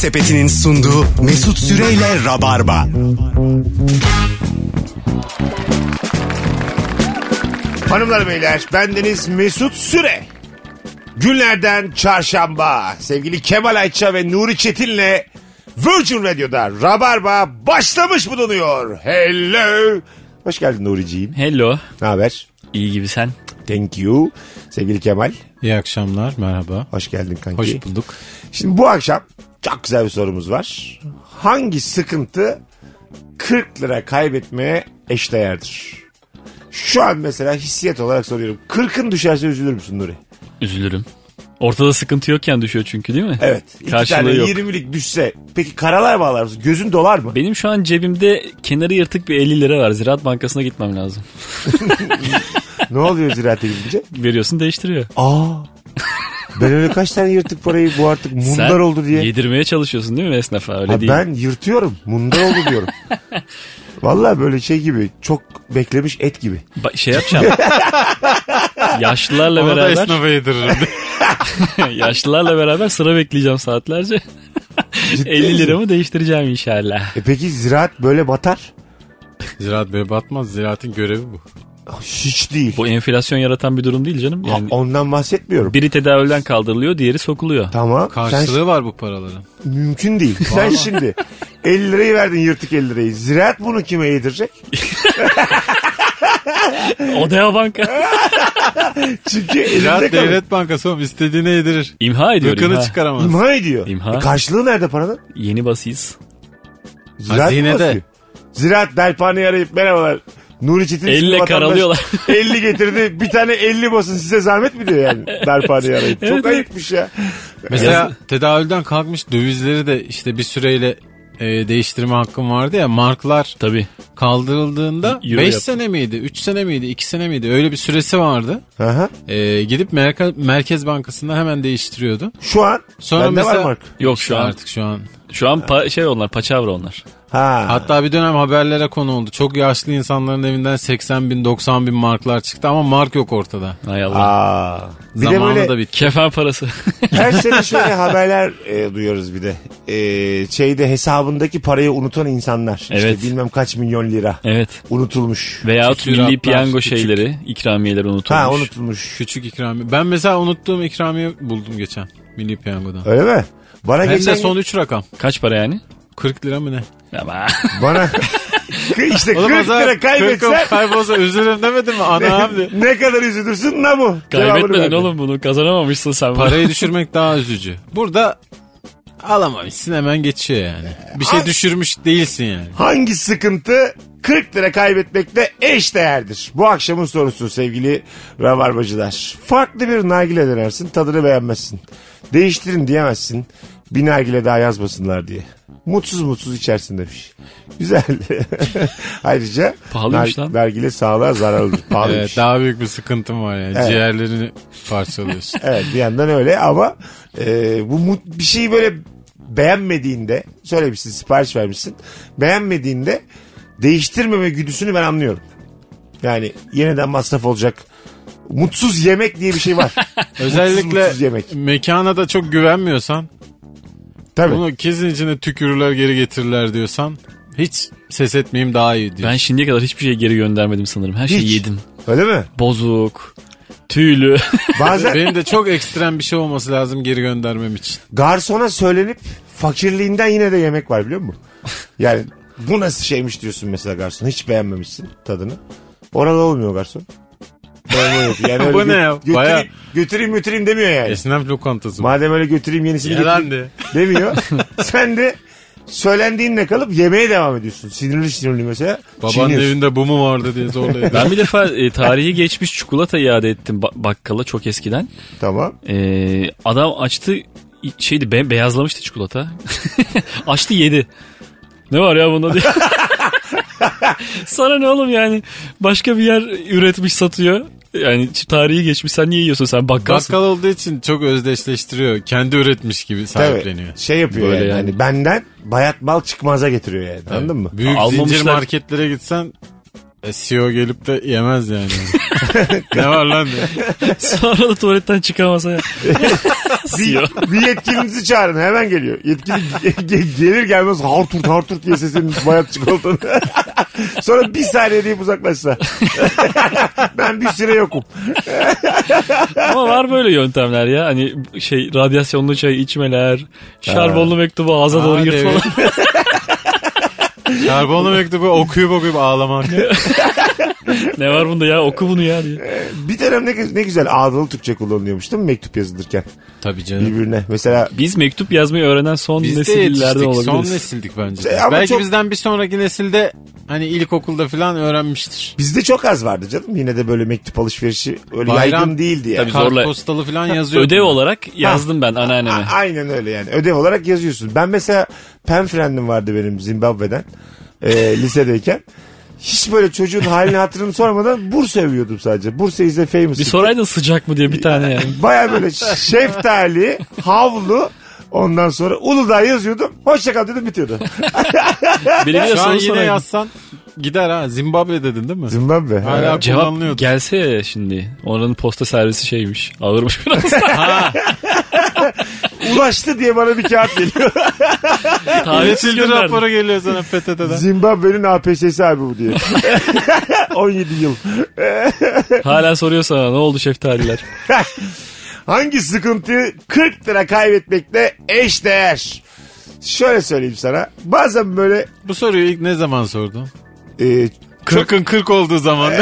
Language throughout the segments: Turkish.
Sepeti'nin sunduğu Mesut Süreyle Rabarba. Hanımlar beyler, bendeniz Mesut Süre. Günlerden çarşamba sevgili Kemal Ayça ve Nuri Çetin'le Virgin Radio'da Rabarba başlamış bulunuyor. Hello. Hoş geldin Nuri'ciğim. Hello. Ne haber? İyi gibi sen. Thank you. Sevgili Kemal. İyi akşamlar, merhaba. Hoş geldin kanki. Hoş bulduk. Şimdi bu akşam çok güzel bir sorumuz var. Hangi sıkıntı 40 lira kaybetmeye eşdeğerdir? Şu an mesela hissiyat olarak soruyorum. 40'ın düşerse üzülür müsün Nuri? Üzülürüm. Ortada sıkıntı yokken düşüyor çünkü, değil mi? Evet. 2 Karşılığı tane yok. 20'lik düşse. Peki karalar bağlar mısın? Gözün dolar mı? Benim şu an cebimde kenarı yırtık bir 50 lira var. Ziraat Bankası'na gitmem lazım. Ne oluyor ziraate gidince? Veriyorsun, değiştiriyor. Ben öyle kaç tane yırtık parayı bu artık mundar Sen oldu diye. yedirmeye çalışıyorsun değil mi esnafa? Öyle Ha, değil. ben yırtıyorum. Mundar oldu diyorum. Vallahi böyle şey gibi. Çok beklemiş et gibi. Şey yapacağım. Yaşlılarla Onu da beraber. esnafa yediririm. Yaşlılarla beraber sıra bekleyeceğim saatlerce. 50 liramı değiştireceğim inşallah. Peki ziraat böyle batar? Ziraat böyle batmaz. Ziraatın görevi bu. Hiç değil. Bu enflasyon yaratan bir durum değil canım. Yani Ondan bahsetmiyorum. biri tedavülden kaldırılıyor, diğeri sokuluyor. Tamam. Karşılığı var bu paraların. Mümkün değil. Sen şimdi 50 lirayı verdin, yırtık 50 lirayı. Ziraat bunu kime yedirecek? Odea Banka. Çünkü Ziraat elinde kalır. devlet bankası oğlum, istediğine yedirir. İmha ediyor. Gıkını imha. çıkaramaz. İmha ediyor. İmha. Karşılığı nerede paranın? Yeni basıyız. Ziraat mı Hazinede. basıyor? Ziraat Delpane'yi arayıp merhabalar. Nuri Çetin isimli Elle vatandaş karalıyorlar. 50 getirdi. Bir tane 50 basın, size zahmet mi diyor yani Delpane'yi arayıp. Çok Evet, ayıpmış ya. Mesela tedavülden kalkmış dövizleri de işte bir süreyle değiştirme hakkım vardı ya. Marklar Tabii. kaldırıldığında Euro 5 yaptı. sene miydi, 3 sene miydi, 2 sene miydi? Öyle bir süresi vardı. Aha. Gidip Merkez Bankası'nda hemen değiştiriyordu. Şu an Sonra bende var mesela- mark. Yok şu an. Artık şu an. Şu an onlar paçavra onlar. Ha. Hatta bir dönem haberlere konu oldu. Çok yaşlı insanların evinden 80 bin 90 bin marklar çıktı ama mark yok ortada. Hay Allah. Aa. Bir de Zamanında böyle da bitti. Kefen parası. her sene şöyle haberler duyuyoruz bir de. Şeyde hesabındaki parayı unutan insanlar. Evet. İşte bilmem kaç milyon lira Evet. unutulmuş. Veyahut Küsuratlar, milli piyango küçük. şeyleri, ikramiyeleri unutulmuş. Ha, unutulmuş. Küçük ikramiye. Ben mesela unuttuğum ikramiye buldum geçen. Milli Piyango'dan. Öyle mi? Bana Hem geçen de son 3 rakam. Kaç para yani? 40 lira mı ne? Ama bana işte 40 Oğlum o lira zaman kaybetsen kaybolsa üzülürüm demedin mi? Ana abi. ne kadar üzülürsün ne bu? Cevabını kaybetmedin verdim. oğlum bunu. Kazanamamışsın sen bunu. Parayı düşürmek daha üzücü. Burada alamamışsın, hemen geçiyor yani. Bir şey düşürmüş değilsin yani. Hangi sıkıntı 40 lira kaybetmekle eş değerdir? Bu akşamın sorusu sevgili rabarbacılar. Farklı bir nargile denersin, tadını beğenmezsin. Değiştirin diyemezsin. Bir nargile daha yazmasınlar diye. Mutsuz mutsuz içersin demiş. Güzel. Ayrıca Pahalıymış lan. nargile sağlığa zararlıdır. Pahalıymış. Evet, daha büyük bir sıkıntım var yani. Evet. Ciğerlerini parçalıyorsun. Evet, bir yandan öyle ama bir şeyi böyle beğenmediğinde, söylemişsin, sipariş vermişsin, beğenmediğinde değiştirmeme güdüsünü ben anlıyorum. Yani yeniden masraf olacak. Mutsuz yemek diye bir şey var. Özellikle mutsuz yemek. mekana da çok güvenmiyorsan, Tabii. bunu kesin içine tükürürler geri getirirler diyorsan, hiç ses etmeyeyim daha iyi diyor. Ben şimdiye kadar hiçbir şey geri göndermedim sanırım. Her şeyi Hiç. yedim. Öyle mi? Bozuk, tüylü. Bazen Benim de çok ekstrem bir şey olması lazım geri göndermem için. garsona söylenip fakirliğinden yine de yemek var, biliyor musun? Yani bu nasıl şeymiş diyorsun mesela garson. Hiç beğenmemişsin tadını. Orada olmuyor garson. Beğenmiyor. Yani öyle Bu ne ya? Bayağı- götüreyim demiyor yani. Esnaf lokantası. Madem öyle götüreyim yenisini Yalan getireyim demiyor. Sen de söylendiğinle kalıp yemeye devam ediyorsun. Sinirli mesela. Babanın çiğniyorsun. evinde bu mu vardı diye zorlayın. Ben bir defa tarihi geçmiş çikolata iade ettim bakkala çok eskiden. Tamam. Adam açtı, beyazlamıştı çikolata. Açtı yedi. Ne var ya bunda diye. Sana ne oğlum yani, başka bir yer üretmiş satıyor. Yani tarihi geçmiş, sen niye yiyorsun, sen bakkalsın. Bakkal olduğu için çok özdeşleştiriyor. Kendi üretmiş gibi sahipleniyor. Tabii. Şey yapıyor Böyle yani. yani. Hani benden bayat bal çıkmaza getiriyor yani. Anladın mı? Büyük Almamışlar. zincir marketlere gitsen CEO gelip de yemez yani. Ne var lan diye. Sonra da tuvaletten çıkamasa ya. bir yetkilinizi çağırın, hemen geliyor. Yetkili gelir gelmez harturt harturt diye sesinin bayat çikolatanı. Sonra bir saniye deyip uzaklaşsa. Ben bir süre yokum. Ama var böyle yöntemler ya. Hani radyasyonlu çay içmeler, şarbonlu mektubu ağza doğru yırtmalar. Şarbonlu mektubu okuyup ağlamak. Ne var bunda ya, oku bunu ya diye. Bir dönem ne güzel ağdalı Türkçe kullanılıyormuş değil mi mektup yazılırken? Tabii canım. Birbirine. Mesela Biz mektup yazmayı öğrenen son Biz de nesillerden yetiştik. olabiliriz. Son nesildik bence. Ama Belki çok- bizden bir sonraki nesilde hani ilkokulda falan öğrenmiştir. bizde çok az vardı canım. Yine de böyle mektup alışverişi öyle Bayram- yaygın değildi yani. Tabii. Zorla- Kartpostalı falan yazıyor. Ödev olarak yazdım ben anneanneme. Aynen öyle yani. Ödev olarak yazıyorsun. Ben mesela pen friend'im vardı benim Zimbabwe'den. Lisedeyken. Hiç böyle çocuğun halini hatırını sormadan Bursa övüyordum sadece. Bursa is a famous. Bir soraydın sıcak mı diye bir tane yani. Baya böyle şeftali, havlu, ondan sonra Uludağ yazıyordum. Hoşça kal dedim, bitiyordu. Birini de Şu an soru yine soraydın. yazsan gider ha. Zimbabwe dedin değil mi? Zimbabwe. Hala Cevap kullanılıyordu. gelse ya şimdi. Oranın posta servisi şeymiş. Ağırmış biraz. Ulaştı diye bana bir kağıt geliyor. Tarihsiz İletildi gönderdim. raporu geliyor sana PTT'den. Zimbabwe'nin APS'si abi bu diye. 17 yıl. Hala soruyor sana ne oldu şeftaliler. Hangi sıkıntıyı 40 lira kaybetmekle eş değer? Şöyle söyleyeyim sana. Bazen böyle Bu soruyu ilk ne zaman sordun? çok 40'ın 40 olduğu zaman.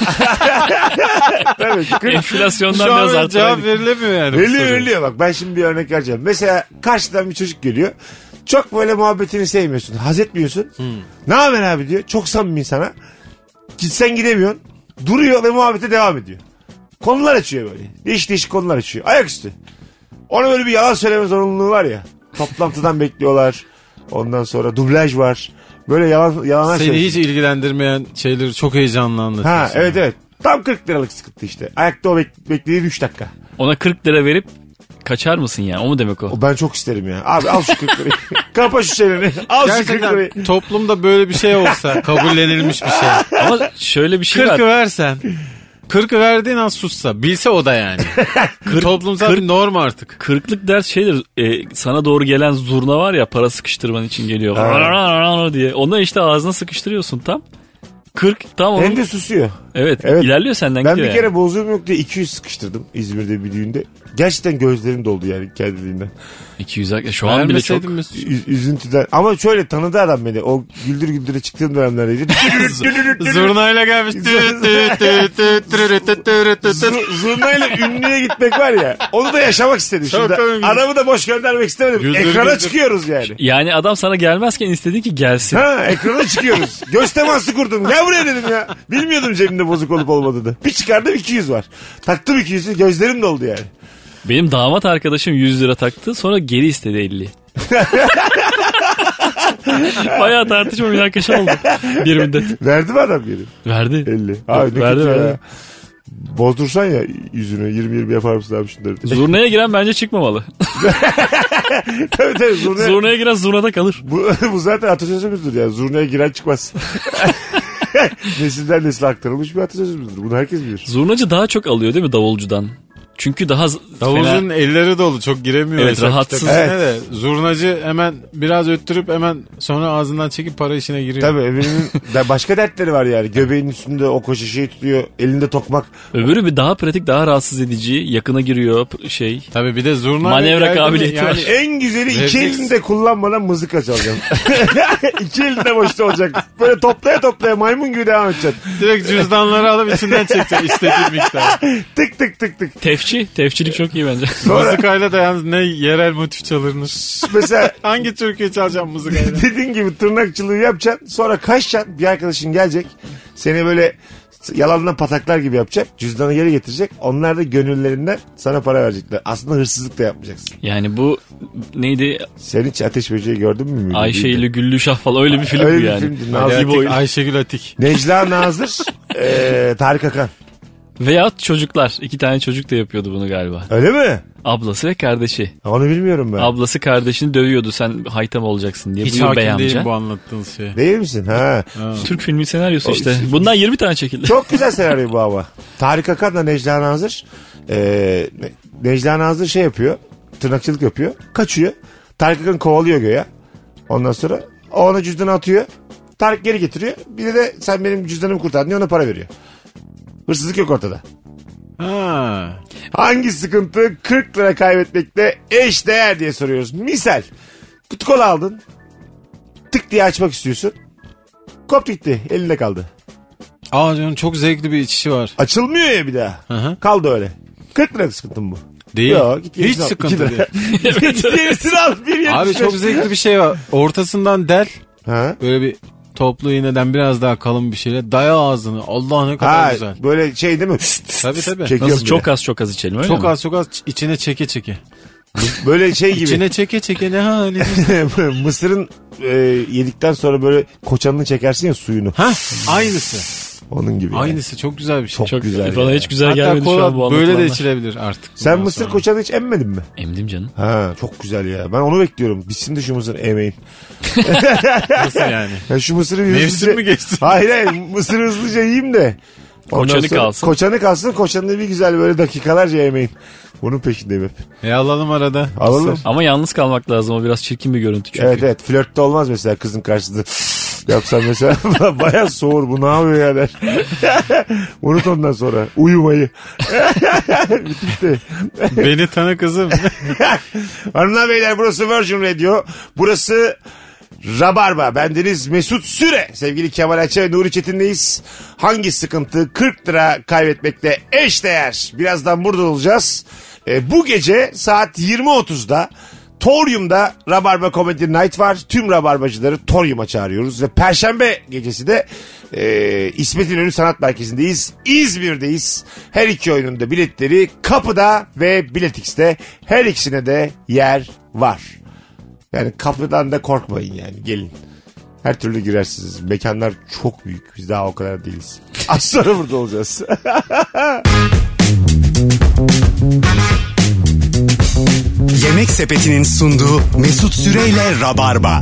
tabii 40 Enflasyondan Şu an biraz böyle cevap arttıraydık. verilemiyor yani. bu Ölüyor soruya. ölüyor bak, ben şimdi bir örnek vereceğim. Mesela karşıdan bir çocuk geliyor. Çok böyle muhabbetini sevmiyorsun. Haz etmiyorsun. Ne haber abi diyor. Çok samimi sana. Gitsen gidemiyorsun. Duruyor ve muhabbete devam ediyor. Konular açıyor böyle. Değişik konular açıyor. Ayaküstü. Ona böyle bir yalan söyleme zorunluluğu var ya. Toplantıdan bekliyorlar. Ondan sonra dublaj var. Böyle yalanlar Seni söylüyor. hiç ilgilendirmeyen şeyleri çok heyecanlı anlatıyorsun. Ha evet. Tam 40 liralık sıkıntı işte. Ayakta o beklediğin 3 dakika. Ona 40 lira verip kaçar mısın ya? O mu demek o? O ben çok isterim ya. Abi al şu 40 lirayı. Kapa şu çeneni. Al şu 40 lirayı. Gerçekten toplumda böyle bir şey olsa, kabullenilmiş bir şey. Ama şöyle bir şey var. 40'ı versen, 40'ı verdiğin an sussa. Bilse o da yani. Toplumsal bir norm artık. 40'lık ders şeydir. Sana doğru gelen zurna var ya, para sıkıştırman için geliyor. diye. Onu işte ağzına sıkıştırıyorsun tam. 40 tam onun. Hem de susuyor. Evet, Evet. ilerliyor senden Ben gidiyor bir yani. kere bozuğum yok diye 200 sıkıştırdım İzmir'de bir düğünde. Gerçekten gözlerim doldu yani kendiliğinden. 200 şu an bile çok. Vermeseydin mi? Üzüntüden. Ama şöyle tanıdı adam beni. O güldür güldüre çıktığım dönemlerdeydi. Zurnayla gelmiş. Zurnayla ünlüye gitmek var ya. Onu da yaşamak istedim Çok şimdi. önemli. Adamı da boş göndermek istemedim. Güldür Ekrana güldür. çıkıyoruz yani. Yani adam sana gelmezken istedi ki gelsin. Ha, ekrana çıkıyoruz. Göz teması kurdum. Gel buraya dedim ya. Bilmiyordum cebimde bozuk olup olmadığını. Bir çıkardım 200 var. Taktım 200'ü, gözlerim doldu yani. Benim damat arkadaşım 100 lira taktı, sonra geri istedi 50. Bayağı tartışma münakaşa oldu bir müddet. Verdi mi adam geri? Verdi. 50. Abi ne Verdi, kötü ya. verdi. Bozdursan ya yüzünü 20-20 yapar mısın abi şunları? Zurnaya giren bence çıkmamalı. Tabii tabii zurnaya. Zurnaya giren zurnada kalır. Bu zaten atasözümüzdür ya. Zurnaya giren çıkmaz. Nesilden nesile aktarılmış bir atasözümüzdür. Bunu herkes bilir. Zurnacı daha çok alıyor değil mi davulcudan? Çünkü daha Davulcunun elleri dolu, çok giremiyor. Evet, hesap rahatsız. kitabına de. Zurnacı hemen biraz öttürüp hemen sonra ağzından çekip para işine giriyor. Tabii öbürünün başka dertleri var yani. Göbeğin üstünde o koşu şeyi tutuyor. Elinde tokmak. öbürü bir daha pratik, daha rahatsız edici. Yakına giriyor şey. Tabii bir de zurna Manevra geldi mi kabiliyeti var. En güzeli iki Vereceksin. elinde kullanmadan mızıka çalacağım. İki elinde boşta olacak. Böyle toplaya toplaya maymun gibi devam edeceksin. Direkt cüzdanları alıp içinden çekeceksin istediğin miktar. Tık tık tık tık. Tefçilik çok iyi bence. Sonra Mızıkayla da yalnız ne yerel motif çalınır. mesela Hangi türküyü çalacağım mızıkayla? dediğin gibi tırnakçılığı yapacaksın. Sonra kaçacaksın. Bir arkadaşın gelecek. Seni böyle yalandan pataklar gibi yapacak. Cüzdanı geri getirecek. Onlar da gönüllerinden sana para verecekler. Aslında hırsızlık da yapmayacaksın. Yani bu neydi? Sen hiç Ateş Böceği gördün mü? Ayşe ile Güllü Şah falan, öyle bir film Öyle bu bir yani. filmdi. Ali Nazlı Boy. Ayşegül Atik. Necla Nazır, Tarık Akan. Veyahut çocuklar. 2 tane çocuk da yapıyordu bunu galiba. Öyle mi? Ablası ve kardeşi. Onu bilmiyorum ben. Ablası kardeşini dövüyordu sen haytam olacaksın diye. Hiç Buyur hakim beyanca. değilim bu anlattığınız şeye. Değil misin? Ha. Türk filmi senaryosu işte. işte- Bundan 20 tane çekildi. Çok güzel senaryo bu ama. Tarık Akan'la Necla Nazır. Necla Nazır şey yapıyor. Tırnakçılık yapıyor. Kaçıyor. Tarık Akan kovalıyor göğe. Ondan sonra o ona cüzdanı atıyor. Tarık geri getiriyor. Bir de sen benim cüzdanımı kurtardın diye ona para veriyor. Hırsızlık yok ortada. Ha. Hangi sıkıntı 40 lira kaybetmekte eş değer diye soruyoruz. Misal kutu kola aldın. Tık diye açmak istiyorsun. Kop gitti. Elinde kaldı. Aa canım çok zevkli bir içişi var. Açılmıyor ya bir daha. Hı. Kaldı öyle. 40 lira sıkıntım bu. Değil. Yo, git Hiç yenisini al. sıkıntı 2 lira. değil. Git yenisini al. 1.75. Abi çok zevkli bir şey var. Ortasından del. Ha? Böyle bir toplu iğneden biraz daha kalın bir şeyle daya ağzını. Allah ne kadar Ha, güzel. böyle şey değil mi? Tabii tabii. Çekiyorum Nasıl bir çok de. az çok az içelim öyle Çok mi? az çok az içine çeke çeke. Böyle şey gibi. İçine çeke çeke ne hali. Mısırın yedikten sonra böyle koçanını çekersin ya suyunu. Ha aynısı. Onun gibi. yani. Aynısı çok güzel bir şey. Çok güzel Bana ya. hiç güzel Hatta gelmedi şu an bu kola böyle de anlatılanlar. içilebilir artık. Sen bundan mısır sonra. koçanı hiç emmedin mi? Emdim canım. Ha, çok güzel ya. Ben onu bekliyorum. Bitsin de şu mısır emeğim. Nasıl yani? Ya şu mısırı bir Mevsim hızlıca... mi geçti? Hayır hayır. Mısırı hızlıca yiyeyim de. Ondan Koçanı sonra- kalsın. Koçanı kalsın. Koçanı da bir güzel böyle dakikalarca yemeğim. Bunun peşindeyim hep. Alalım arada. Alalım. Mısır. Ama yalnız kalmak lazım. O biraz çirkin bir görüntü çünkü. Evet evet. Flörtte olmaz mesela kızın karşısında. Yapsam mesela bayağı soğur, bu ne yapıyor ya der. Unut ondan sonra uyumayı. Bitti. Beni tanı kızım. Hanımlar beyler, burası Virgin Radio. Burası Rabarba. Bendeniz Mesut Süre. Sevgili Kemal Ayça ve Nuri Çetin'deyiz. Hangi sıkıntı 40 lira kaybetmekte eş değer? Birazdan burada olacağız. Bu gece saat 20.30'da Torium'da Rabarba Comedy Night var. Tüm Rabarbacıları Torium'a çağırıyoruz. Ve Perşembe gecesi de İsmet İnönü Sanat Merkezi'ndeyiz. İzmir'deyiz. Her iki oyunun da biletleri kapıda ve Biletix'te. Her ikisine de yer var. Yani kapıdan da korkmayın yani, gelin. Her türlü girersiniz. Mekanlar çok büyük. Biz daha o kadar değiliz. Az sonra burada olacağız. Yemek Sepeti'nin sunduğu Mesut Süreyle Rabarba.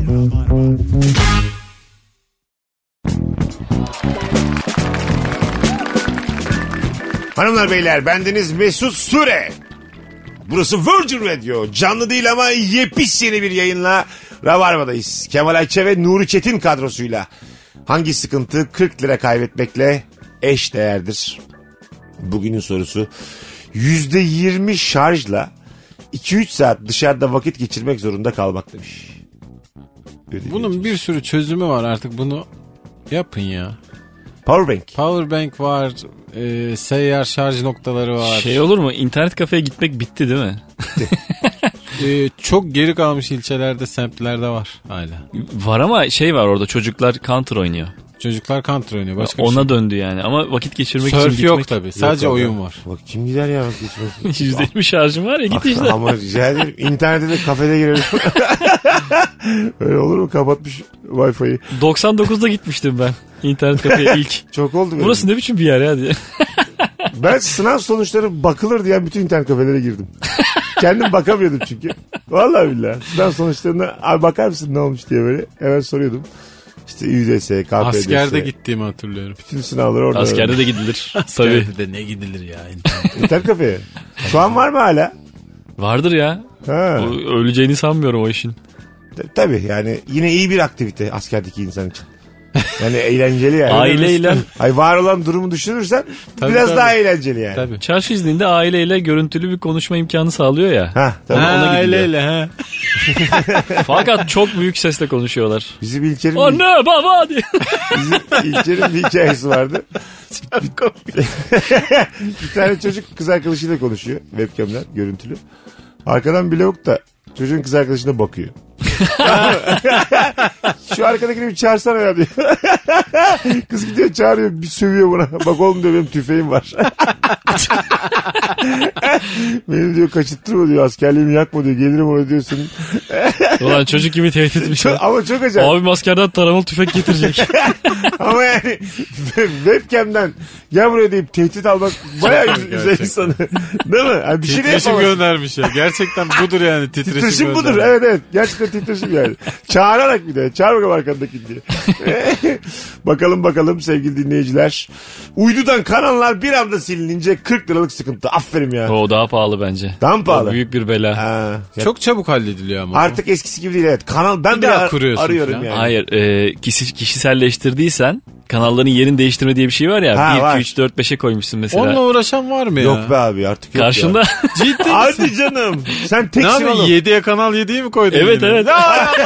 Hanımlar beyler, bendeniz Mesut Süre. Burası Virgin Radio. Canlı değil ama yepyeni bir yayınla Rabarba'dayız. Kemal Ayça ve Nuri Çetin kadrosuyla. Hangi sıkıntı 40 lira kaybetmekle eş değerdir? Bugünün sorusu. %20 şarjla 2-3 saat dışarıda vakit geçirmek zorunda kalmak demiş. Bunun bir sürü çözümü var artık, bunu yapın ya. Powerbank. Powerbank var, seyyar şarj noktaları var. Şey olur mu? İnternet kafeye gitmek bitti değil mi? Çok geri kalmış ilçelerde, semtlerde var hala. Var ama şey var orada, çocuklar counter oynuyor. Çocuklar counter oynuyor. Başka bir Ona şey. döndü yani ama vakit geçirmek için Surf gitmek. yok tabii. Sadece Yok oyun abi. var. Bak kim gider ya vakit geçirmek. %20 şarjım var ya, git işte. Ama rica ederim. İnternette de kafede girelim. Öyle olur mu? Kapatmış Wi-Fi'yi. 99'da gitmiştim ben internet kafeye ilk. Çok oldu benim. Burası ne biçim bir yer ya diye. Ben sınav sonuçları bakılır diyen bütün internet kafelere girdim. Kendim bakamıyordum çünkü. Vallahi billahi. Sınav sonuçlarına abi bakar mısın ne olmuş diye böyle hemen soruyordum. İşte ÜDS, KPDS. Askerde gittiğimi hatırlıyorum. Bütün sınavları orada. Askerde de gidilir. Tabii. Askerde de ne gidilir ya. İnternet kafeye. Şu an var mı hala? Vardır ya. Ha. Öleceğini sanmıyorum o işin. Tabii yani yine iyi bir aktivite askerdeki insan için. Yani eğlenceli yani. Aileyle Ay, var olan durumu düşünürsen Tabii, biraz tabii. daha eğlenceli yani. Tabii. çarşı izninde aileyle görüntülü bir konuşma imkanı sağlıyor ya. Ha, tabii. ona gidiliyor. Aileyle ha. Fakat çok büyük sesle konuşuyorlar. Bizim İlker'in, Anne baba diye. İlker'in bir hikayesi vardı. Bir tane çocuk kız arkadaşıyla konuşuyor webcam'den görüntülü. Arkadan bir lavuk da çocuğun kız arkadaşına bakıyor. Şu arkadakini bir çağırsana ya diyor. Kız gidiyor çağırıyor bir sövüyor buna. Bak oğlum diyor benim tüfeğim var. Beni diyor kaçırttırma diyor askerliğimi yakma diyor. Gelirim oraya diyor senin. Ulan çocuk gibi tehdit etmiş. Ama çok acayip. Abim askerden taramalı tüfek getirecek. Ama yani webcam'den gel buraya deyip tehdit almak bayağı güzel insanı. Değil mi? Yani bir şey de Titreşim yapamazsın. göndermiş ya. Gerçekten budur yani titreşim, Titreşim budur. göndermiş. Evet. Gerçekten titreşim yani. Çağırarak bir de. Çağır bakalım arkandaki diye. Bakalım sevgili dinleyiciler. Uydudan kanallar bir anda silinince 40 liralık sıkıntı. Aferin ya. O daha pahalı bence. Daha mı pahalı? O büyük bir bela. Ha. Çok çabuk hallediliyor ama. Artık eskisi gibi değil evet. Kanal ben Bir bile daha kuruyorsun arıyorum falan. yani. Hayır kişiselleştirdiysen kanalların yerini değiştirme diye bir şey var ya. Ha, 1, var. 2, 3, 4, 5'e koymuşsun mesela. Onunla uğraşan var mı ya? Yok be abi artık yok Karşında. ya. Ciddi misin? Hadi canım. Sen Ne teksin yapıyorsun? oğlum. 7'ye kanal 7'yi mi koydun? Evet yine? evet.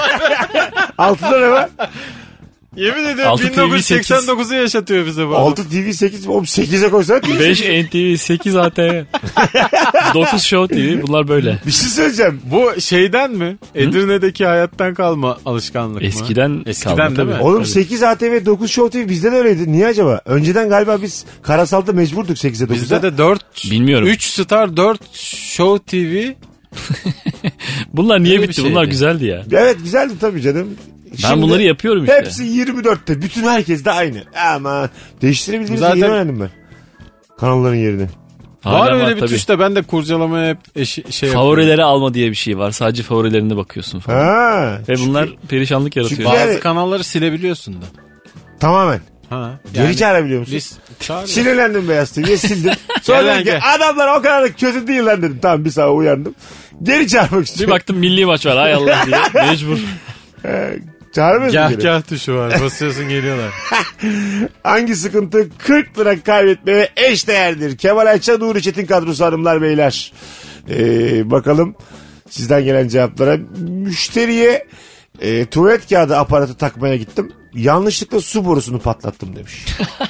Altıda ne var? Yemin ediyorum 6 TV 1989'u yaşatıyor bize bu. 6 TV 8 oğlum 8'e koysana. 5 NTV, 8 ATV, 9 Show TV bunlar böyle. Bir şey söyleyeceğim. Bu şeyden mi? Edirne'deki hayattan kalma alışkanlık mı? Eskiden Eskiden kalma, değil mi? tabii. Oğlum 8 ATV 9 Show TV bizde de öyleydi. Niye acaba? Önceden galiba biz karasalda mecburduk 8'e 9'a. Bizde de 4 Bilmiyorum. 3 Star 4 Show TV. Bunlar niye Öyle bir bitti? şeydi. Bunlar güzeldi ya. Evet güzeldi tabii canım. Ben Şimdi bunları yapıyorum işte. Hepsi 24'te. Bütün herkes de aynı. Ama değiştirebildiğimizi Zaten- yeni öğrendim ben. Kanalların yerini. Hala var öyle bir tabii. tuş da ben de kurcalamaya hep şey yapıyorum. Favorileri alma diye bir şey var. Sadece favorilerine bakıyorsun falan. Ha. Ve bunlar perişanlık yaratıyor. çünkü- Bazı Yani- kanalları silebiliyorsun da. Tamamen. Ha. Geri çağırabiliyor musun? Çağır. Sinirlendim Beyaz TV'ye sildim. Sonra Gel lan, dedim ki gel. adamlar o kadar da kötü değil lan dedim. Tamam bir saat uyandım. Geri çağırmak Bir istiyorum. baktım milli maç var hay Allah diye. Mecbur. Çağırmıyorsun Gah geri. gah tuşu var. Basıyorsun geliyorlar. Hangi sıkıntı 40 lira kaybetmeye eş değerdir? Kemal Ayça, Nuri Çetin kadrosu hanımlar beyler. Bakalım sizden gelen cevaplara. Müşteriye tuvalet kağıdı aparatı takmaya gittim. Yanlışlıkla su borusunu patlattım demiş.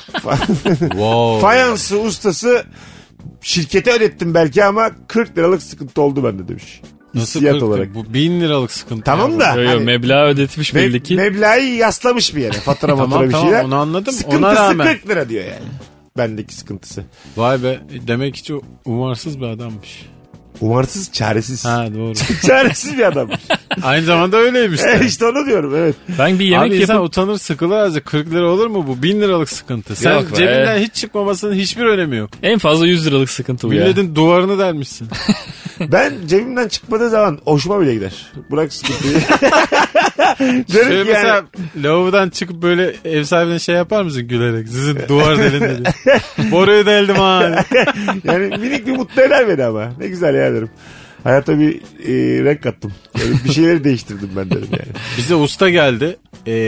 Wow. Fayansı ustası şirkete ödettim belki ama 40 liralık sıkıntı oldu bende demiş. Nasıl Hissiyat 40? olarak. Bu 1000 liralık sıkıntı. Tamam ya bu. da. Yo, yo, Hani- meblağ ödetmiş belli ki. Meblağı yaslamış bir yere. Fatura Tamam, matura bir tamam, şeyler. onu anladım. Sıkıntısı Ona rağmen. 40 lira diyor yani. Bendeki sıkıntısı. Vay be. Demek ki çok umarsız bir adammış. Umarsız çaresiz. Ha doğru. Çaresiz bir adammış. Aynı zamanda öyleymiş. de. İşte onu diyorum evet. Ben bir yemek Abi insan yapıp utanır sıkılır azıcık 40 lira olur mu bu 1000 liralık sıkıntı. Sen Yok be. cebinden hiç çıkmamasının hiçbir önemi yok. en fazla 100 liralık sıkıntı bu ya. Milletin duvarını delmişsin. Ben cebimden çıkmadığı zaman hoşuma bile gider. Bırak sıkıntıyı. Derim Şöyle ki mesela yani, lavabodan çıkıp böyle ev sahibine şey yapar mısın gülerek? Sizin duvar delin dedi. Boruyu deldim ha. yani minik bir mutlu eder beni ama. Ne güzel ya derim. Hayata bir renk kattım. Böyle bir şeyleri değiştirdim ben derim yani. Bize usta geldi.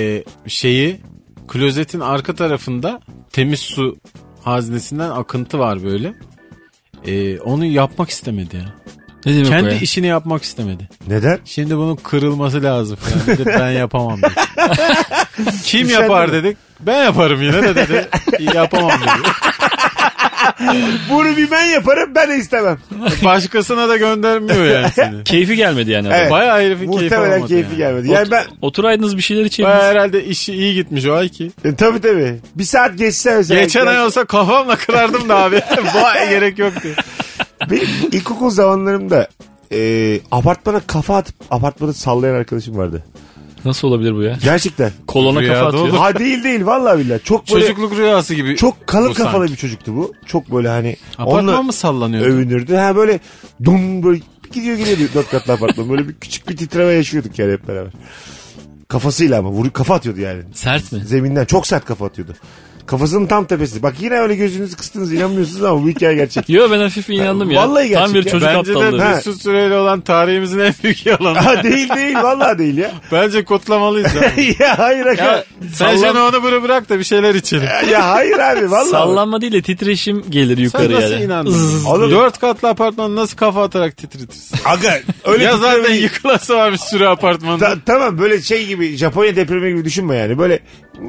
Klozetin arka tarafında temiz su haznesinden akıntı var böyle. Onu yapmak istemedi ya. Ne demek Kendi o ya? işini yapmak istemedi. Neden? Şimdi bunun kırılması lazım falan dedi. Ben yapamam dedi. Kim Güzel yapar değil mi? dedik. Ben yaparım yine de dedi. Yapamam dedi. Bunu bir ben yaparım ben de istemem. Başkasına da göndermiyor yani seni. Keyfi gelmedi yani. Evet. Bayağı herifin keyfi Muhtemelen olmadı keyfi yani. gelmedi. Yani ben Oturaydınız bir şeyler Bayağı içeydiniz. herhalde işi iyi gitmiş o ay ki. tabii. Bir saat geçse mesela. Geçen ay olsa kafamla kırardım da abi. Vay gerek yoktu. Benim ilkokul zamanlarımda apartmana kafa atıp apartmanı sallayan arkadaşım vardı. Nasıl olabilir bu ya? Gerçekten. Kolona Rüyada kafa atıyor. olur. Ha değil vallahi billahi. Çok böyle Çocukluk rüyası gibi. çok kalın bu kafalı sanki. bir çocuktu bu. Çok böyle hani Apartman mı sallanıyordu? övünürdü. Ha böyle dum böyle gidiyor geliyordu 4 katlı apartman. Böyle bir küçük bir titreme yaşıyorduk yani hep beraber. Kafasıyla ama vurup kafa atıyordu yani. Sert mi? Zeminden çok sert kafa atıyordu. Kafasının tam tepesi. Bak yine öyle gözünüzü kıstınız inanmıyorsunuz ama bu hikaye gerçek. Yo ben hafif inandım ya. Vallahi Tam bir gerçek ya. çocuk Bence de aptallığı. Ha. Mesut Süreyle olan tarihimizin en büyük yalanı. Ha değil vallahi değil ya. Bence kutlamalıyız abi. ya hayır Ya, Sen şimdi onu bırak da bir şeyler içelim. ya hayır abi vallahi. sallanma değil de titreşim gelir Sen yukarı nasıl yani. inandın? Oğlum- 4 katlı apartmanı nasıl kafa atarak titretirsin? Aga öyle Ya zaten titremeyi- yıkılası var bir sürü apartmanda. Tamam böyle şey gibi Japonya depremi gibi düşünme yani. Böyle minik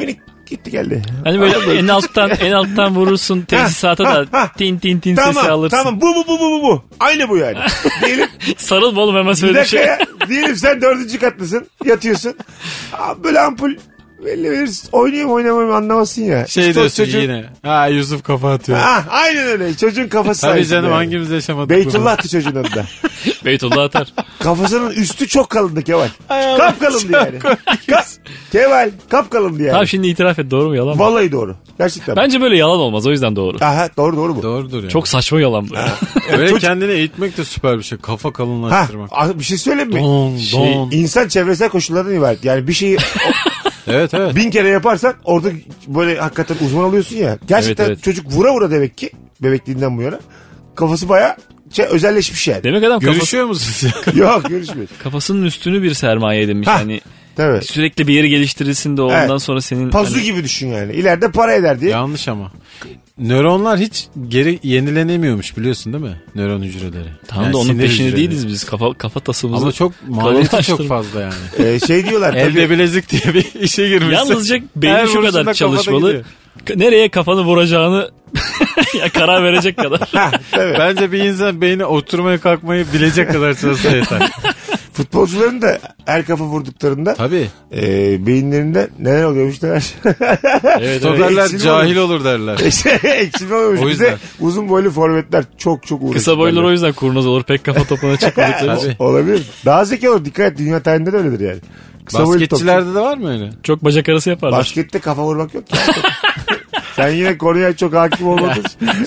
gitti geldi. Hani böyle en alttan vurursun tesisata da tin tin tin sesi alırsın. Tamam bu. Aynı bu yani. Diyelim, Sarılma oğlum hemen bir söyle dakika şey. ya. Diyelim sen 4. katlısın. Yatıyorsun. Böyle ampul belli verirsin. Oynayayım anlamasın ya. Şey İşte diyorsun çocuğun... yine. Ha Yusuf kafa atıyor. Aynen öyle. Çocuğun kafası Tabii sayesinde canım yani. hangimiz yaşamadık Beytullah'tı çocuğun adı da. Beytullah atar. Kafasının üstü çok kalındı Kemal. Kapkalındı yani. Kemal kapkalındı yani. Tamam şimdi itiraf et, doğru mu yalan mı? Vallahi doğru. Gerçekten. Bence böyle yalan olmaz, o yüzden doğru. Aha, doğru bu. Doğrudur yani. Çok saçma yalan bu. Böyle kendini eğitmek de süper bir şey. Kafa kalınlaştırmak. Bir şey söyleyeyim mi? Don. İnsan çevresel koşullardan ibaret. Yani bir şeyi Evet. 1000 kere yaparsan orada böyle hakikaten uzman oluyorsun ya. Gerçekten Evet. çocuk vura demek ki bebekliğinden bu yana kafası bayağı özelleşmiş yani. Demek adam Görüşüyor musunuz? Yok görüşmüyor. kafasının üstünü bir sermaye edinmiş. Yani Tabii. sürekli bir yeri geliştirirsin de ondan Evet. sonra senin... Pazu hani- gibi düşün yani. İleride para eder diye. Yanlış ama. Nöronlar hiç geri yenilenemiyormuş biliyorsun değil mi? Nöron hücreleri. Tamam Yani da onun sinir peşinde hücreleri. değiliz biz. Kafa tasımızı... Ama çok maliyeti çok kalınlaştırma. fazla yani. Şey diyorlar tabii. Elde bilezik diye bir işe girmişsin. Yalnızca Her beyni şu vuruşunda kadar kafada çalışmalı. gidiyor. Nereye kafanı vuracağını ya karar verecek kadar. Tabii. Bence bir insan beyni oturmaya kalkmayı bilecek kadar çalışsa yeter. Futbolcuların da her kafa vurduklarında Tabii. beyinlerinde neler oluyormuş neler. Evet, Stoperler Eksilme cahil olur derler. Eksilme oluyormuş. O Bir de yüzden. uzun boylu forvetler çok uğraşıyor. Kısa boylular o yüzden kurnaz olur. Pek kafa topuna çıkmadıkları için. Tabii. Olabilir. Daha zeki olur. Dikkat et. Dünya tarihinde de öyledir yani. Kısa boylu topçu. Basketçilerde de var mı öyle? Çok bacak arası yaparlar. Baskette kafa vurmak yok ki. Sen yine konuya çok hakim olmadın.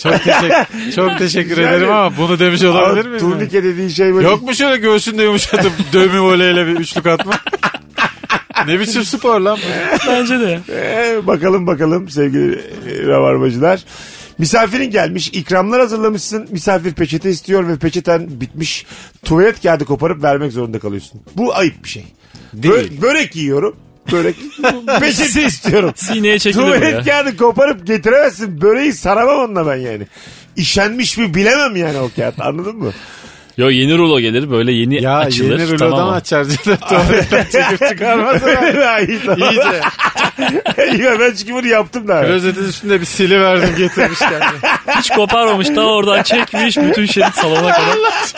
Çok teşekkür Yani- ederim ama bunu demiş olabilir miyim? Turnike dediğin şey böyle. Yok mu şöyle göğsünde yumuşatıp dövme voleyle bir üçlük atma? Ne biçim spor lan bu? Bence de. Bakalım sevgili rabarbacılar. Misafirin gelmiş, ikramlar hazırlamışsın, misafir peçete istiyor ve peçeten bitmiş, tuvalet kağıdı koparıp vermek zorunda kalıyorsun. Bu ayıp bir şey. Değil. Börek yiyorum. Peçete istiyorum. Sineye çekilir bu Tuvalet ya. kağıdı koparıp getiremezsin. Böreği saramam onunla ben yani. İşenmiş mi bilemem yani o kağıt, anladın mı? Yo, yeni rulo gelir böyle yeni Ya açılır. yeni rulodan tamam. açar canım. Tuvaletten çekip çıkarmaz. İyice. Ya ben çünkü bunu yaptım da. Klozetin üstünde bir sili verdim getirmiş kendine. Hiç koparmamış, ta oradan çekmiş bütün şerit salona kadar.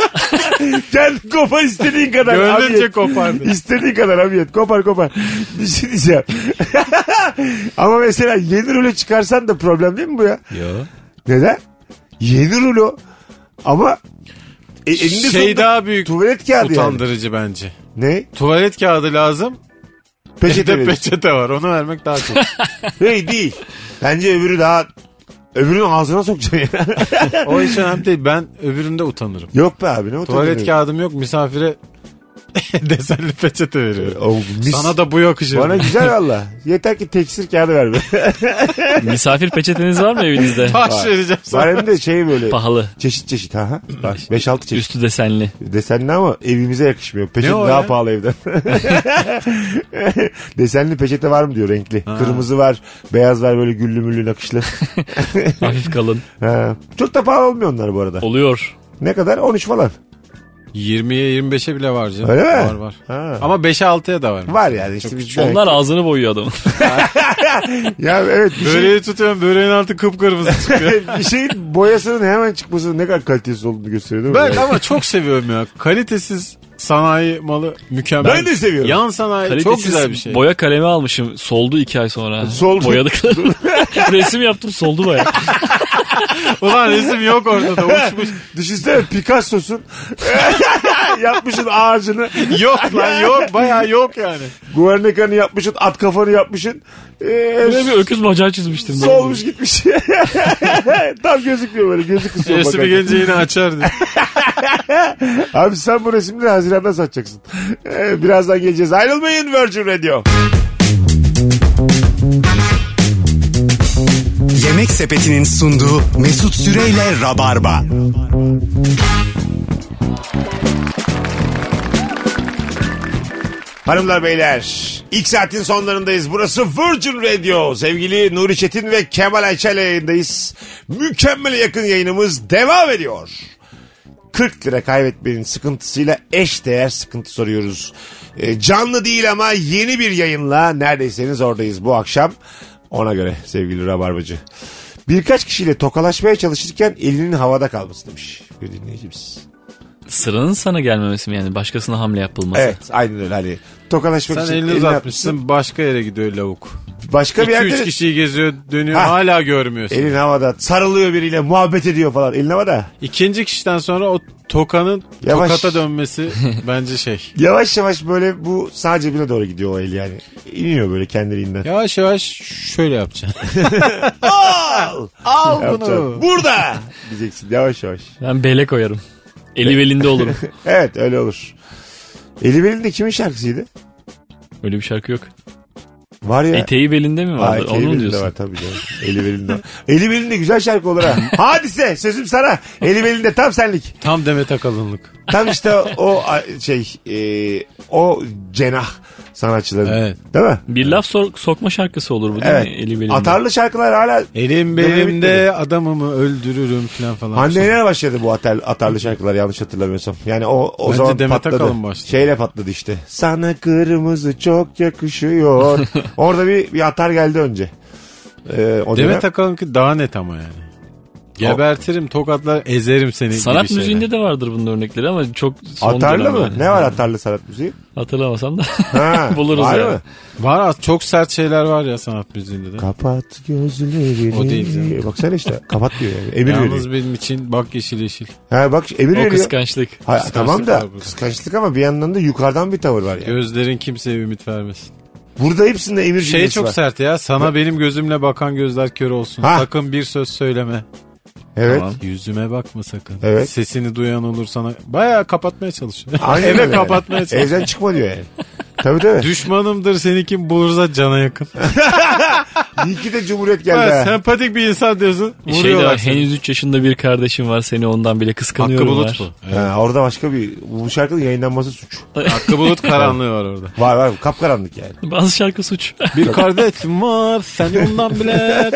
Kendi kopar istediğin kadar. Gönlünce Hamiyet. kopardı. İstediğin kadar hamiyet. Kopar. Bir şey diyeceğim. Ama mesela yeni rulo çıkarsan da problem değil mi bu ya? Yo. Neden? Yeni rulo ama elinde Şey sonunda daha büyük tuvalet kağıdı yani. utandırıcı bence. Ne? Tuvalet kağıdı lazım. Peçete Evde verir. peçete var. Onu vermek daha çok. Hey değil. Bence öbürünün ağzına sokacaksın ya. O hiç önemli değil. Ben öbüründe utanırım. Yok be abi, ne utandırıyor? Tuvalet kağıdım yok. Misafire desenli peçete veriyorum. O, Sana da bu yakışır. Bana güzel valla. Yeter ki tekstil kağıdı ver be. Misafir peçeteniz var mı evinizde? Taş vereceğim sana. Var hem de şey böyle. Pahalı. Çeşit. Ha. Bak 5-6 çeşit. Üstü desenli. Desenli ama evimize yakışmıyor. Peçete Ne o daha ya? pahalı evden. Desenli peçete var mı diyor, renkli. Kırmızı var, beyaz var, böyle güllü müllü nakışlı. Hafif kalın. Ha. Çok da pahalı olmuyor onlar bu arada. Oluyor. Ne kadar? 13 falan. 20'ye 25'e bile var canım. Öyle mi? Var. Ha. Ama 5'e 6'ya da var. Var yani işte biz demek- Onlar ağzını boyuyor adamın. Ya evet bir şey, Böreği tutuyorum. Böreğin altı kıpkırmızı çıkıyor. bir şeyin boyasının hemen çıkması ne kadar kalitesiz olduğunu gösteriyor değil mi? Ben ama çok seviyorum ya. Kalitesiz sanayi malı mükemmel. Ben de seviyorum. Yan sanayi çok Kalitesiz güzel bir şey. boya kalemi almışım. Soldu 2 ay sonra. Soldu. Boyadık. Resim yaptım, soldu baya. Ulan resim yok ortada uçmuş. Düşünsene Picasso'sun. Yapmışsın ağacını. Yok lan yok bayağı yok yani. Guernica'nı yapmışsın. At kafanı yapmışsın. Böyle bir öküz bacağı çizmiştim. Solmuş gitmiş. Tam gözükmüyor böyle. Gözü kısıyor. Resmi bakarken. gelince yine açardı. Abi sen bu resimleri Haziran'da satacaksın. Birazdan geleceğiz. Ayrılmayın, Virgin Radio. Yemek Sepeti'nin sunduğu Mesut Süreyle Rabarba. Hanımlar beyler, ilk saatin sonlarındayız. Burası Virgin Radio. Sevgili Nuri Çetin ve Kemal Ayça ile yayındayız. Mükemmele yakın yayınımız devam ediyor. 40 lira kaybetmenin sıkıntısıyla eşdeğer sıkıntı soruyoruz. Canlı değil ama yeni bir yayınla neredeyseniz oradayız bu akşam. Ona göre sevgili Rabarbacı. Birkaç kişiyle tokalaşmaya çalışırken elinin havada kalması demiş bir dinleyicimiz. Sıranın sana gelmemesi mi yani? Başkasına hamle yapılması. Evet aynen öyle. Hani tokalaşmak Sen için elini elini uzatmışsın, atmışsın. başka yere gidiyor lavuk. Başka bir 2-3 yerde kişiyi geziyor, dönüyor, Ha. hala görmüyorsun. elin havada sarılıyor biriyle, muhabbet ediyor falan. Elin havada. İkinci kişiden sonra o tokanın Yavaş. tokata dönmesi bence şey. Yavaş yavaş böyle bu sağ cebine doğru gidiyor o el yani. İniyor böyle kendiliğinden. Yavaş yavaş şöyle yapacaksın. Al Yapacaksın. Burada diyeceksin yavaş yavaş. Ben bele koyarım. Eli belinde olurum. Evet öyle olur. Eli belinde kimin şarkısıydı? Öyle bir şarkı yok. Var ya. Eteği belinde mi var? Eteği Onu mu belinde diyorsun? var tabii canım. Eli belinde var. Eli belinde güzel şarkı olur ha. Hadise sözüm sana. Eli belinde tam senlik. Tam Demet Akalınlık. Tam işte o o cenah sanatçıların. Evet. Değil mi? Bir laf sokma şarkısı olur bu değil Evet. mi? Eli belinde. Atarlı şarkılar hala Elim Dönemi belimde bitmedi. adamımı öldürürüm falan. Hande Yener başladı bu atarlı şarkılar yanlış hatırlamıyorsam. Yani o Bence zaman Demet patladı. Akalın başladı. Şeyle patladı işte. Sana kırmızı çok yakışıyor. Orada bir atar geldi önce. O Demet dönem- Akalın'ınki daha net ama yani. Gebertirim, tokatlar, ezerim seni Sanat gibi şeyler. müziğinde de vardır bunun örnekleri ama çok son Atarlı dönem mı? yani. Ne var atarlı sanat müziği? Hatırlamasam da Ha, buluruz var ya. mı? Var az çok sert şeyler var ya sanat müziğinde de. Kapat gözlerini. O değil canım. Baksana işte kapat diyor yani. Emir Yalnız veriyor. benim için bak yeşil yeşil. Ha bak emir O veriyor. kıskançlık. Ha, Kıskançlık tamam da var burada. kıskançlık ama bir yandan da yukarıdan bir tavır var yani. Gözlerin kimseye ümit vermesin. Burada hepsinde emir Şey cümlesi çok var. sert ya. Sana benim gözümle bakan gözler kör olsun. Ha. Sakın bir söz söyleme. Evet. Tamam. Yüzüme bakma sakın. Evet. Sesini duyan olur sana. Bayağı kapatmaya çalışıyor. Aynen Eve öyle kapatmaya yani. çalışıyor. Evden çıkma diyor yani. Tabii tabii. Düşmanımdır seni kim bulursa cana yakın. İyi ki de Cumhuriyet geldi Ha, ha. sempatik bir insan diyorsun. Şey de Vuruyorlar var, seni. henüz 3 yaşında bir kardeşim var, seni ondan bile Hakkı kıskanıyorum Bulut var. bu. Evet. Ha, orada başka bu şarkının yayınlanması suç. Hakkı Bulut karanlığı var orada. Var kapkaranlık yani. Bazı şarkı suç. Bir kardeşim var seni ondan bile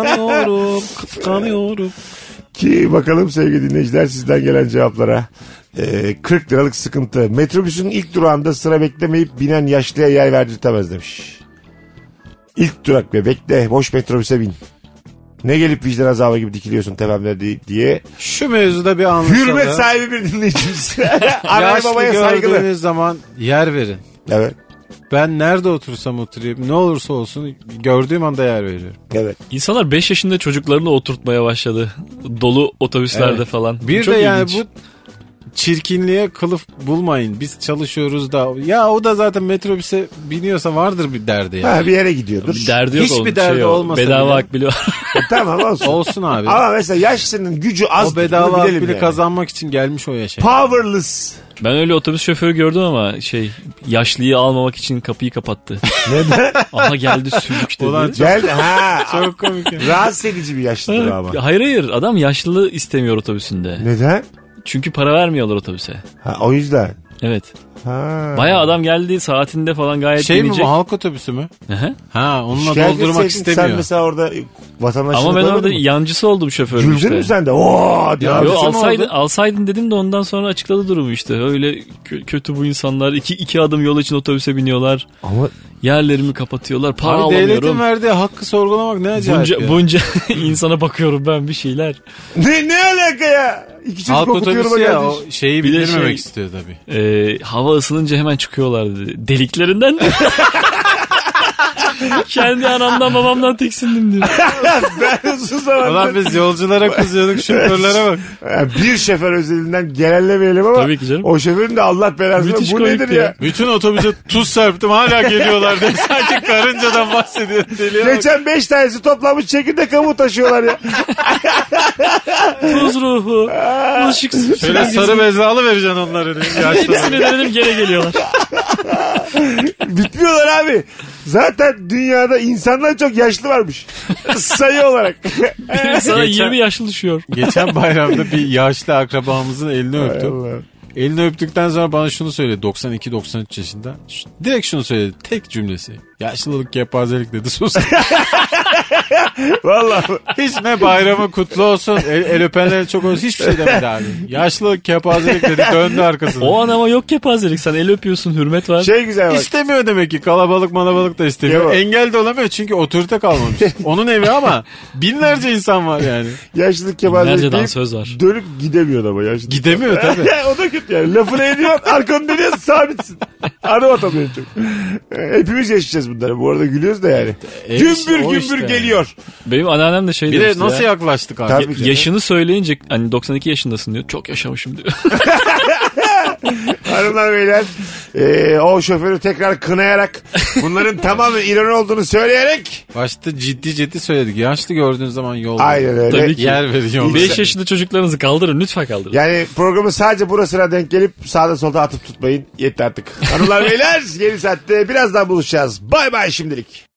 kıskanıyorum. Ki bakalım sevgili dinleyiciler sizden gelen cevaplara. 40 liralık sıkıntı. Metrobüsün ilk durağında sıra beklemeyip binen yaşlıya yer verdirtemez demiş. İlk durak ve bekle boş metrobüse bin. Ne gelip vicdan azabı gibi dikiliyorsun tepemde diye. Şu mevzuda bir anlaşalım. Hürmet sahibi bir dinleyicimiz. Anne Yaşlı babaya saygılı. gördüğünüz zaman yer verin. Evet. Ben nerede otursam oturayım ne olursa olsun gördüğüm anda yer veriyorum. Evet. İnsanlar 5 yaşında çocuklarını oturtmaya başladı. Dolu otobüslerde Evet. falan. Bir Çok de yani ilginç. bu çirkinliğe kılıf bulmayın. Biz çalışıyoruz da. Ya o da zaten metrobüse biniyorsa vardır bir derdi ya. Ha, bir yere gidiyordur. Bir derdi yok Hiçbir onun, derdi yok. olmasa Bedava bile. akbili var. Tamam olsun. Olsun abi. Ama mesela yaşlının gücü az. O bedava akbili kazanmak için gelmiş o yaşa. Powerless. Ben öyle otobüs şoförü gördüm ama yaşlıyı almamak için kapıyı kapattı. Neden? Aha geldi sülük dedi. Ulan Geldi. Ha. Çok komik. ya. Rahatsız edici bir yaşlıdır ama. Hayır adam yaşlı istemiyor otobüsünde. Neden? Çünkü para vermiyorlar otobüse. Ha, o yüzden. Evet. Ha. Bayağı adam geldi saatinde falan gayet Şey mi binecek. bu halk otobüsü mü? Hı. Ha onunla Şikayet doldurmak etseydin istemiyor. Sen mesela orada vatandaşlık Ama ben alır orada mı? yancısı oldum şoförüm Güldün işte. mü sen de? Oo diye. Ya, Abi, Yo, Abisi mi alsaydın dedim de ondan sonra açıkladı durumu işte. Öyle kötü bu insanlar. İki adım yol için otobüse biniyorlar. Ama Yerlerimi kapatıyorlar. Para Abi devletin alamıyorum. verdiği hakkı sorgulamak ne acayip ya. Bunca insana bakıyorum ben bir şeyler. ne alaka ya? İki çocuk Halk okutuyorum otobüsü ya geldi. o şeyi Bir de bildirmemek şey- istiyor tabii. Hava ısınınca hemen çıkıyorlar dedi. Deliklerinden. Kendi anamdan babamdan tiksindim diyor. Ben uzun zamandır. Ulan biz yolculara kızıyorduk şoförlere bak. Bir şoför özelinden genellemeyelim ama. Tabii ki canım. O şoförün de Allah belasını. Müthiş Bu komikti nedir ya. ya? Bütün otobüse tuz serptim hala geliyorlar diye sanki karıncadan bahsediyor. Deliye bak. Geçen 5 tanesi toplanmış çekirdek kabuğu taşıyorlar ya. Tuz ruhu. Bulaşık Şöyle sarı bezalı vereceksin onları diye. Yaşlı. Hepsini denedim gene geliyorlar. Bitmiyorlar abi. Zaten dünyada insandan çok yaşlı varmış. Sayı olarak. Sana Geçen- 20 yaşlı düşüyor. Geçen bayramda bir yaşlı akrabamızın elini öptüm. Allah. Elini öptükten sonra bana şunu söyledi. 92-93 yaşında. Direkt şunu söyledi. Tek cümlesi. Yaşlılık kepazelik dedi. Sus. Vallahi. Hiç ne bayramı kutlu olsun, el öpenler çok olsun, hiçbir şey demedi abi. Yaşlı kepazelik dedi, döndü arkasına. O an ama yok kepazelik. Sen el öpüyorsun, hürmet var. Şey güzel bak. İstemiyor demek ki, kalabalık malabalık da istemiyor. Yok. Engel de olamıyor çünkü otorite kalmamış. Onun evi ama binlerce insan var yani. Yaşlılık kebazelik Binlerce deyip dansöz var. dönüp gidemiyor ama yaşlılık. Gidemiyor tabii. O da kötü yani. Lafını ediyorsun, arkanı dönüyorsun, sabitsin. Adım atamıyorsun çok. Hepimiz yaşayacağız bunları. Bu arada gülüyoruz da yani. Gümbür o gümbür işte. geliyor. Benim anneannem de şey Bir de demişti nasıl ya. yaklaştık abi? Tabii ki. Yaşını söyleyince hani 92 yaşındasın diyor. Çok yaşamışım diyor. Hanımlar beyler o şoförü tekrar kınayarak bunların tamamen ironi olduğunu söyleyerek Başta ciddi söyledik. Yaşlı gördüğün zaman yolda. aynen öyle. Tabii ki. Yer veriyor. 5 yaşında çocuklarınızı kaldırın, lütfen kaldırın. Yani programı sadece burasına denk gelip sağda solda atıp tutmayın. Yetti artık. Hanımlar beyler yeni saatte birazdan buluşacağız. Bay bay şimdilik.